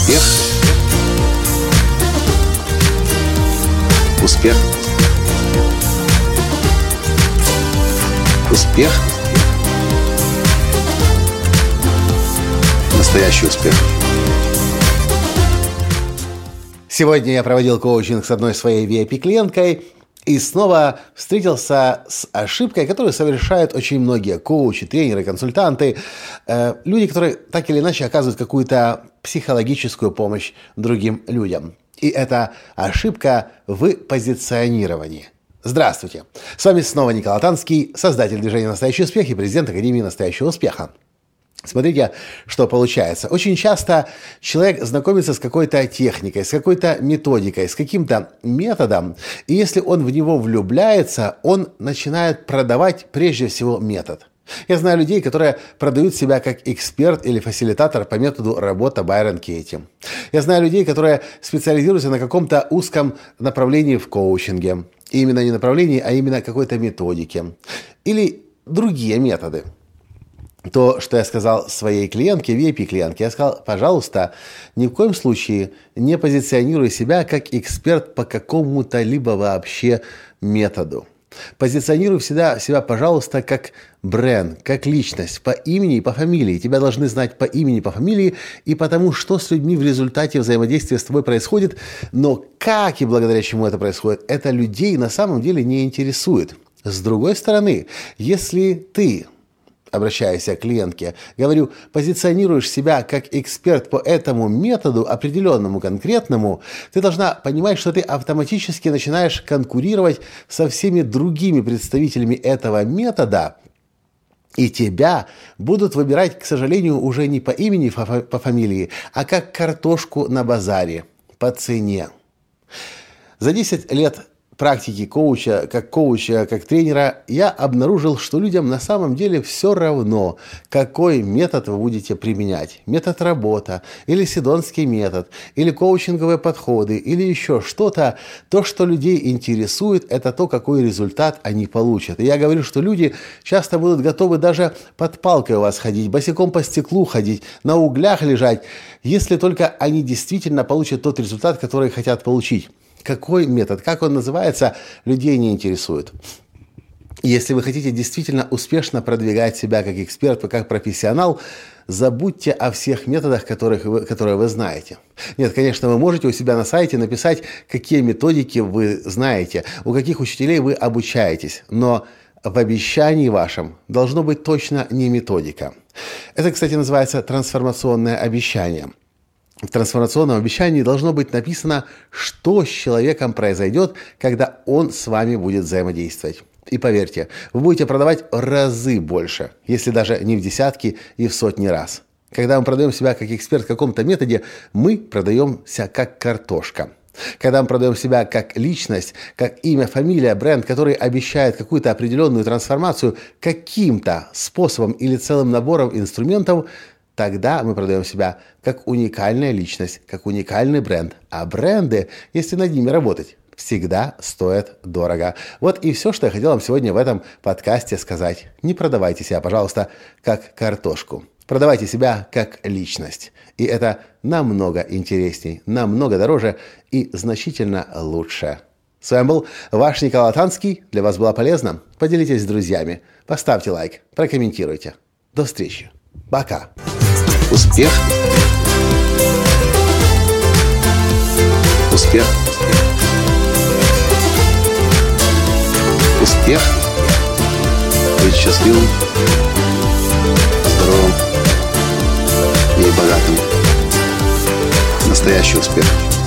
Успех. Успех. Успех. Настоящий успех. Сегодня я проводил коучинг с одной своей VIP-клиенткой и снова встретился с ошибкой, которую совершают очень многие коучи, тренеры, консультанты, люди, которые так или иначе оказывают какую-то психологическую помощь другим людям. И это ошибка в позиционировании. Здравствуйте! С вами снова Николай Танский, создатель движения «Настоящий успех» и президент Академии «Настоящего успеха». Смотрите, что получается. Очень часто человек знакомится с какой-то техникой, с какой-то методикой, с каким-то методом, и если он в него влюбляется, он начинает продавать прежде всего метод. Я знаю людей, которые продают себя как эксперт или фасилитатор по методу работа Байрон Кейти. Я знаю людей, которые специализируются на каком-то узком направлении в коучинге. И именно не направлении, а именно какой-то методике. Или другие методы. То, что я сказал своей клиентке, VIP-клиентке, я сказал, пожалуйста, ни в коем случае не позиционируй себя как эксперт по какому-то либо вообще методу. Позиционируй себя, пожалуйста, как бренд, как личность, по имени и по фамилии. Тебя должны знать по имени и по фамилии и потому, что с людьми в результате взаимодействия с тобой происходит. Но как и благодаря чему это происходит, это людей на самом деле не интересует. С другой стороны, если ты, обращаясь к клиентке, говорю, позиционируешь себя как эксперт по этому методу, определенному, конкретному, ты должна понимать, что ты автоматически начинаешь конкурировать со всеми другими представителями этого метода, и тебя будут выбирать, к сожалению, уже не по имени, по фамилии, а как картошку на базаре, по цене. За 10 лет практики коуча, как тренера, я обнаружил, что людям на самом деле все равно, какой метод вы будете применять. Метод работа, или седонский метод, или коучинговые подходы, или еще что-то. То, что людей интересует, это то, какой результат они получат. И я говорю, что люди часто будут готовы даже под палкой у вас ходить, босиком по стеклу ходить, на углях лежать, если только они действительно получат тот результат, который хотят получить. Какой метод, как он называется, людей не интересует. Если вы хотите действительно успешно продвигать себя как эксперт, как профессионал, забудьте о всех методах, которые вы знаете. Нет, конечно, вы можете у себя на сайте написать, какие методики вы знаете, у каких учителей вы обучаетесь, но в обещании вашем должно быть точно не методика. Это, кстати, называется трансформационное обещание. В трансформационном обещании должно быть написано, что с человеком произойдет, когда он с вами будет взаимодействовать. И поверьте, вы будете продавать в разы больше, если даже не в десятки и в сотни раз. Когда мы продаем себя как эксперт в каком-то методе, мы продаемся как картошка. Когда мы продаем себя как личность, как имя, фамилия, бренд, который обещает какую-то определенную трансформацию каким-то способом или целым набором инструментов, тогда мы продаем себя как уникальная личность, как уникальный бренд. А бренды, если над ними работать, всегда стоят дорого. Вот и все, что я хотел вам сегодня в этом подкасте сказать. Не продавайте себя, пожалуйста, как картошку. Продавайте себя как личность. И это намного интересней, намного дороже и значительно лучше. С вами был ваш Николай Танский. Для вас было полезно? Поделитесь с друзьями. Поставьте лайк, прокомментируйте. До встречи. Пока. Успех. Успех. Успех. Быть счастливым, здоровым и богатым. Настоящий успех.